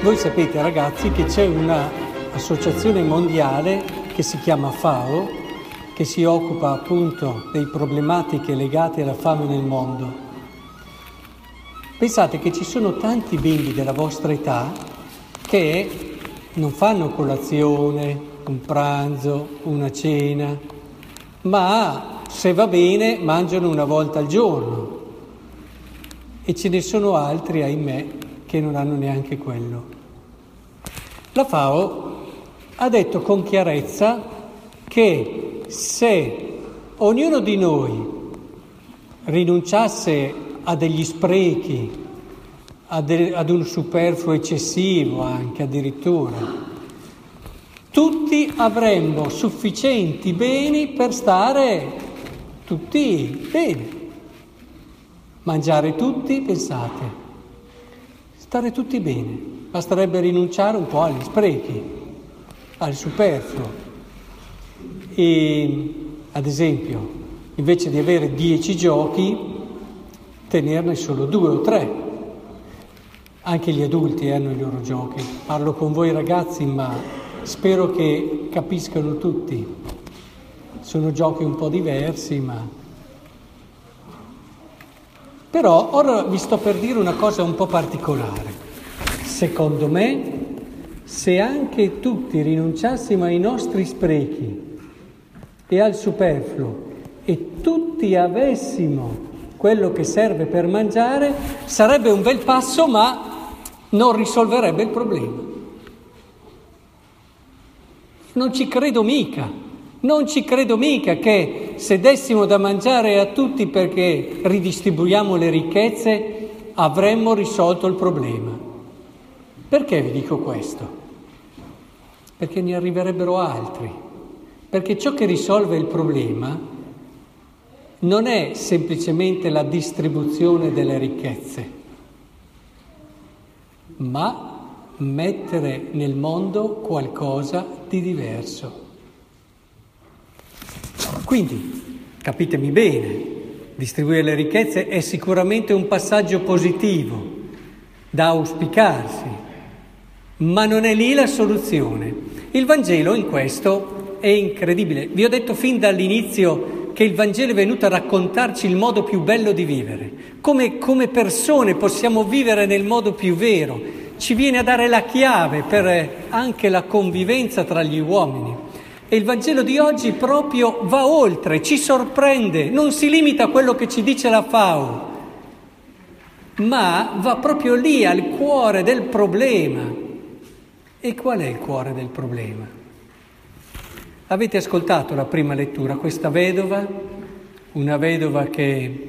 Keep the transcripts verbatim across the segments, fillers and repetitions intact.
Voi sapete, ragazzi, che c'è un'associazione mondiale che si chiama FAO, che si occupa appunto delle problematiche legate alla fame nel mondo. Pensate che ci sono tanti bimbi della vostra età che non fanno colazione, un pranzo, una cena, ma se va bene mangiano una volta al giorno. E ce ne sono altri, ahimè, che non hanno neanche quello. La FAO ha detto con chiarezza che se ognuno di noi rinunciasse a degli sprechi, a de- ad un superfluo eccessivo anche addirittura, tutti avremmo sufficienti beni per stare tutti bene. Mangiare tutti, pensate, stare tutti bene. Basterebbe rinunciare un po' agli sprechi, al superfluo. E, ad esempio, invece di avere dieci giochi, tenerne solo due o tre. Anche gli adulti hanno i loro giochi. Parlo con voi ragazzi, ma spero che capiscano tutti. Sono giochi un po' diversi, ma... Però ora vi sto per dire una cosa un po' particolare. Secondo me, se anche tutti rinunciassimo ai nostri sprechi e al superfluo e tutti avessimo quello che serve per mangiare, sarebbe un bel passo, ma non risolverebbe il problema. Non ci credo mica, non ci credo mica che se dessimo da mangiare a tutti perché ridistribuiamo le ricchezze, avremmo risolto il problema. Perché vi dico questo? Perché ne arriverebbero altri. Perché ciò che risolve il problema non è semplicemente la distribuzione delle ricchezze, ma mettere nel mondo qualcosa di diverso. Quindi, capitemi bene, distribuire le ricchezze è sicuramente un passaggio positivo da auspicarsi, ma non è lì la soluzione. Il Vangelo in questo è incredibile. Vi ho detto fin dall'inizio che il Vangelo è venuto a raccontarci il modo più bello di vivere. Come, come persone possiamo vivere nel modo più vero. Ci viene a dare la chiave per anche la convivenza tra gli uomini. E il Vangelo di oggi proprio va oltre, ci sorprende, non si limita a quello che ci dice la FAO, ma va proprio lì al cuore del problema. E qual è il cuore del problema? Avete ascoltato la prima lettura, questa vedova, una vedova che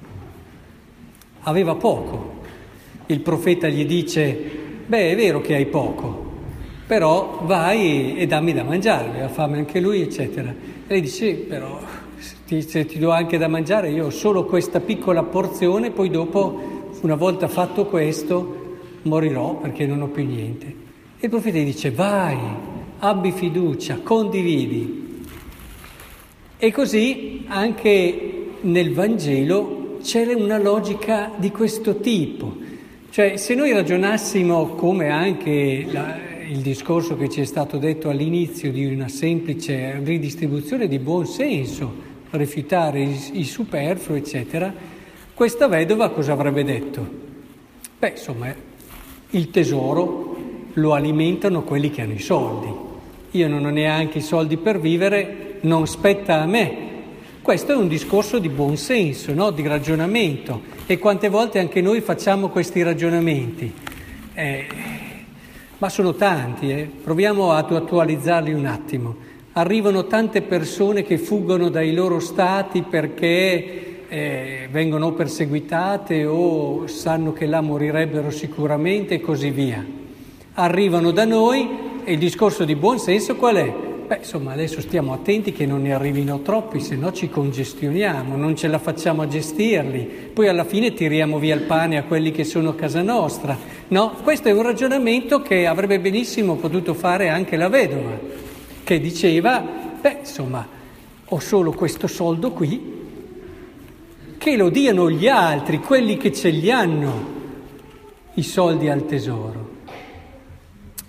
aveva poco. Il profeta gli dice, beh, è vero che hai poco, però vai e dammi da mangiare, aveva fame anche lui, eccetera. E lei dice, sì, però se ti do anche da mangiare, io ho solo questa piccola porzione, poi dopo, una volta fatto questo, morirò perché non ho più niente. E il profeta gli dice, vai, abbi fiducia, condividi. E così anche nel Vangelo c'è una logica di questo tipo. Cioè, se noi ragionassimo come anche la, il discorso che ci è stato detto all'inizio di una semplice ridistribuzione di buon senso, rifiutare i, i superflui, eccetera, questa vedova cosa avrebbe detto? Beh, insomma, il tesoro lo alimentano quelli che hanno i soldi. Io non ho neanche i soldi per vivere, non spetta a me. Questo è un discorso di buon senso, no? Di ragionamento. E quante volte anche noi facciamo questi ragionamenti. Eh, ma sono tanti, eh? Proviamo ad attualizzarli un attimo. Arrivano tante persone che fuggono dai loro stati perché eh, vengono perseguitate o sanno che là morirebbero sicuramente e così via. Arrivano da noi e il discorso di buon senso qual è? Beh, insomma, adesso stiamo attenti che non ne arrivino troppi, se no ci congestioniamo, non ce la facciamo a gestirli, poi alla fine tiriamo via il pane a quelli che sono a casa nostra. No, questo è un ragionamento che avrebbe benissimo potuto fare anche la vedova, che diceva, beh, insomma, ho solo questo soldo qui, che lo diano gli altri, quelli che ce li hanno, i soldi al tesoro.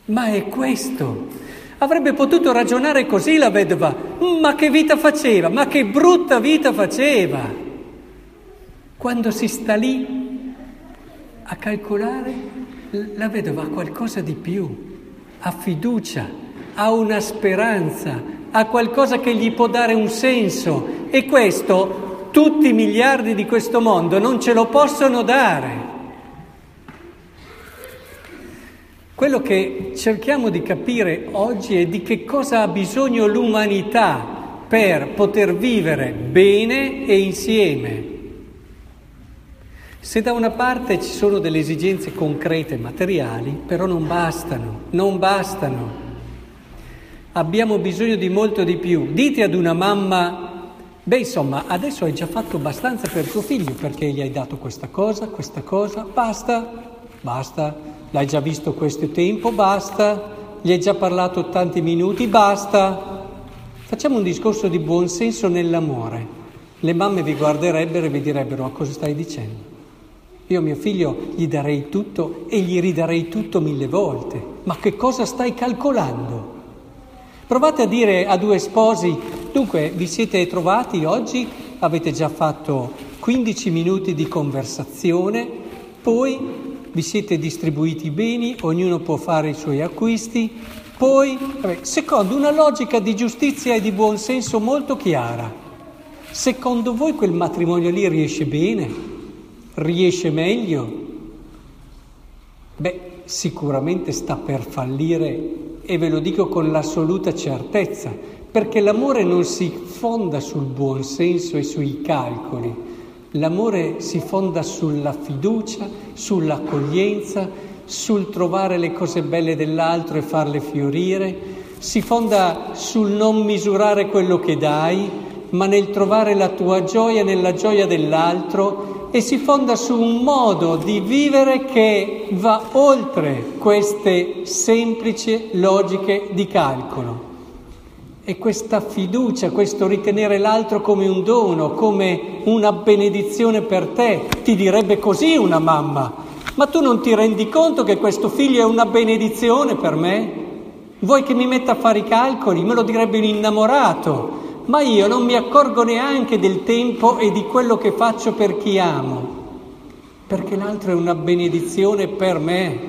Ma è questo. Avrebbe potuto ragionare così la vedova. Ma che vita faceva? Ma che brutta vita faceva? Quando si sta lì a calcolare, la vedova ha qualcosa di più. Ha fiducia, ha una speranza, ha qualcosa che gli può dare un senso. E questo tutti i miliardi di questo mondo non ce lo possono dare. Quello che cerchiamo di capire oggi è di che cosa ha bisogno l'umanità per poter vivere bene e insieme. Se da una parte ci sono delle esigenze concrete, materiali, però non bastano, non bastano. Abbiamo bisogno di molto di più. Dite ad una mamma, beh insomma, adesso hai già fatto abbastanza per tuo figlio perché gli hai dato questa cosa, questa cosa, basta, basta. L'hai già visto questo tempo, basta. Gli hai già parlato tanti minuti, basta. Facciamo un discorso di buon senso nell'amore. Le mamme vi guarderebbero e vi direbbero, ma cosa stai dicendo? Io a mio figlio gli darei tutto e gli ridarei tutto mille volte. Ma che cosa stai calcolando? Provate a dire a due sposi, dunque vi siete trovati oggi, avete già fatto quindici minuti di conversazione, poi vi siete distribuiti i beni, ognuno può fare i suoi acquisti, poi, vabbè, secondo una logica di giustizia e di buon senso molto chiara, secondo voi quel matrimonio lì riesce bene? Riesce meglio? Beh, sicuramente sta per fallire e ve lo dico con l'assoluta certezza, perché l'amore non si fonda sul buon senso e sui calcoli. L'amore si fonda sulla fiducia, sull'accoglienza, sul trovare le cose belle dell'altro e farle fiorire, si fonda sul non misurare quello che dai, ma nel trovare la tua gioia nella gioia dell'altro, e si fonda su un modo di vivere che va oltre queste semplici logiche di calcolo. E questa fiducia, questo ritenere l'altro come un dono, come una benedizione per te, ti direbbe così una mamma. Ma tu non ti rendi conto che questo figlio è una benedizione per me? Vuoi che mi metta a fare i calcoli? Me lo direbbe un innamorato. Ma io non mi accorgo neanche del tempo e di quello che faccio per chi amo, perché l'altro è una benedizione per me.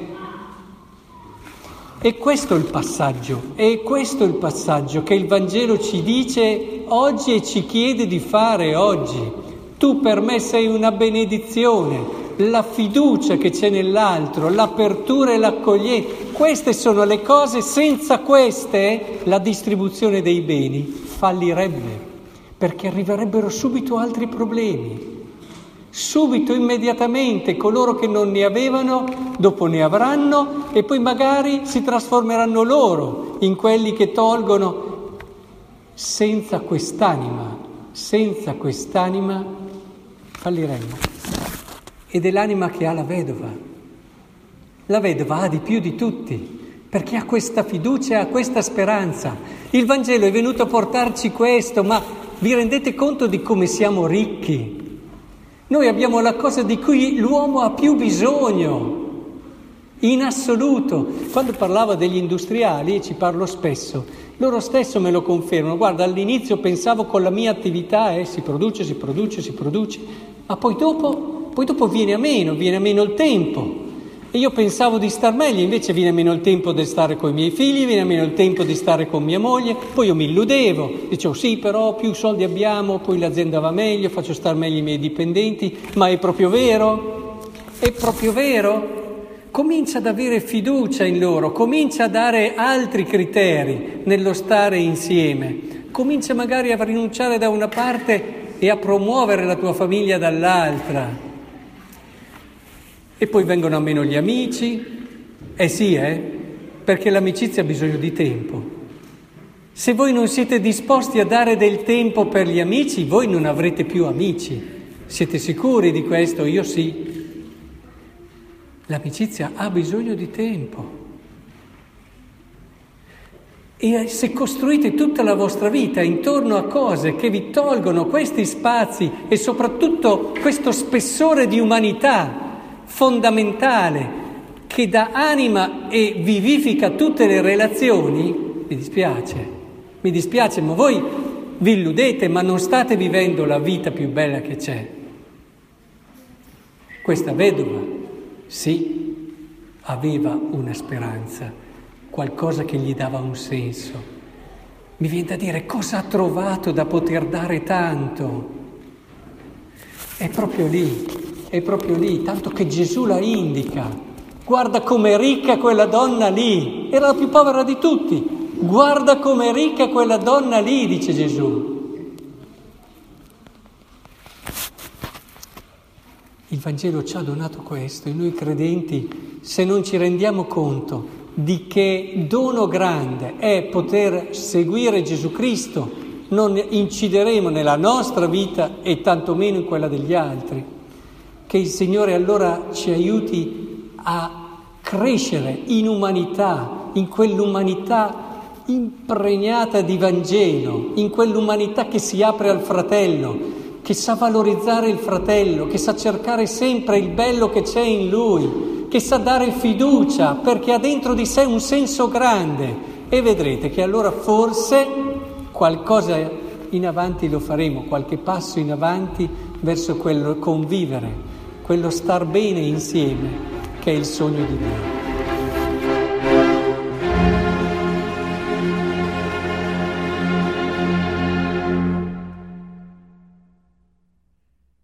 E questo è il passaggio, è questo il passaggio che il Vangelo ci dice oggi e ci chiede di fare oggi. Tu per me sei una benedizione, la fiducia che c'è nell'altro, l'apertura e l'accoglienza, queste sono le cose, senza queste la distribuzione dei beni fallirebbe, perché arriverebbero subito altri problemi. Subito, immediatamente, coloro che non ne avevano, dopo ne avranno e poi magari si trasformeranno loro in quelli che tolgono. Senza quest'anima, senza quest'anima falliremmo. Ed è l'anima che ha la vedova. La vedova ha di più di tutti, perché ha questa fiducia, ha questa speranza. Il Vangelo è venuto a portarci questo, ma vi rendete conto di come siamo ricchi? Noi abbiamo la cosa di cui l'uomo ha più bisogno, in assoluto. Quando parlavo degli industriali, e ci parlo spesso, loro stesso me lo confermano. Guarda, all'inizio pensavo con la mia attività, eh, si produce, si produce, si produce, ma poi dopo, poi dopo viene a meno, viene a meno il tempo. E io pensavo di star meglio, invece viene meno il tempo di stare con i miei figli, viene meno il tempo di stare con mia moglie, poi io mi illudevo, dicevo sì però più soldi abbiamo, poi l'azienda va meglio, faccio star meglio i miei dipendenti, ma è proprio vero? È proprio vero? Comincia ad avere fiducia in loro, comincia a dare altri criteri nello stare insieme, comincia magari a rinunciare da una parte e a promuovere la tua famiglia dall'altra. E poi vengono a meno gli amici, eh sì, eh, perché l'amicizia ha bisogno di tempo. Se voi non siete disposti a dare del tempo per gli amici, voi non avrete più amici. Siete sicuri di questo? Io sì. L'amicizia ha bisogno di tempo. E se costruite tutta la vostra vita intorno a cose che vi tolgono questi spazi e soprattutto questo spessore di umanità fondamentale, che dà anima e vivifica tutte le relazioni, mi dispiace, mi dispiace, ma voi vi illudete, ma non state vivendo la vita più bella che c'è. Questa vedova, sì, aveva una speranza, qualcosa che gli dava un senso. Mi viene da dire, cosa ha trovato da poter dare tanto? È proprio lì, è proprio lì, tanto che Gesù la indica. Guarda com'è ricca quella donna lì, era la più povera di tutti. Guarda com'è ricca quella donna lì, dice Gesù. Il Vangelo ci ha donato questo e noi credenti, se non ci rendiamo conto di che dono grande è poter seguire Gesù Cristo, non incideremo nella nostra vita e tantomeno in quella degli altri. Che il Signore allora ci aiuti a crescere in umanità, in quell'umanità impregnata di Vangelo, in quell'umanità che si apre al fratello, che sa valorizzare il fratello, che sa cercare sempre il bello che c'è in lui, che sa dare fiducia perché ha dentro di sé un senso grande, e vedrete che allora forse qualcosa in avanti lo faremo, qualche passo in avanti verso quello convivere, quello star bene insieme che è il sogno di Dio.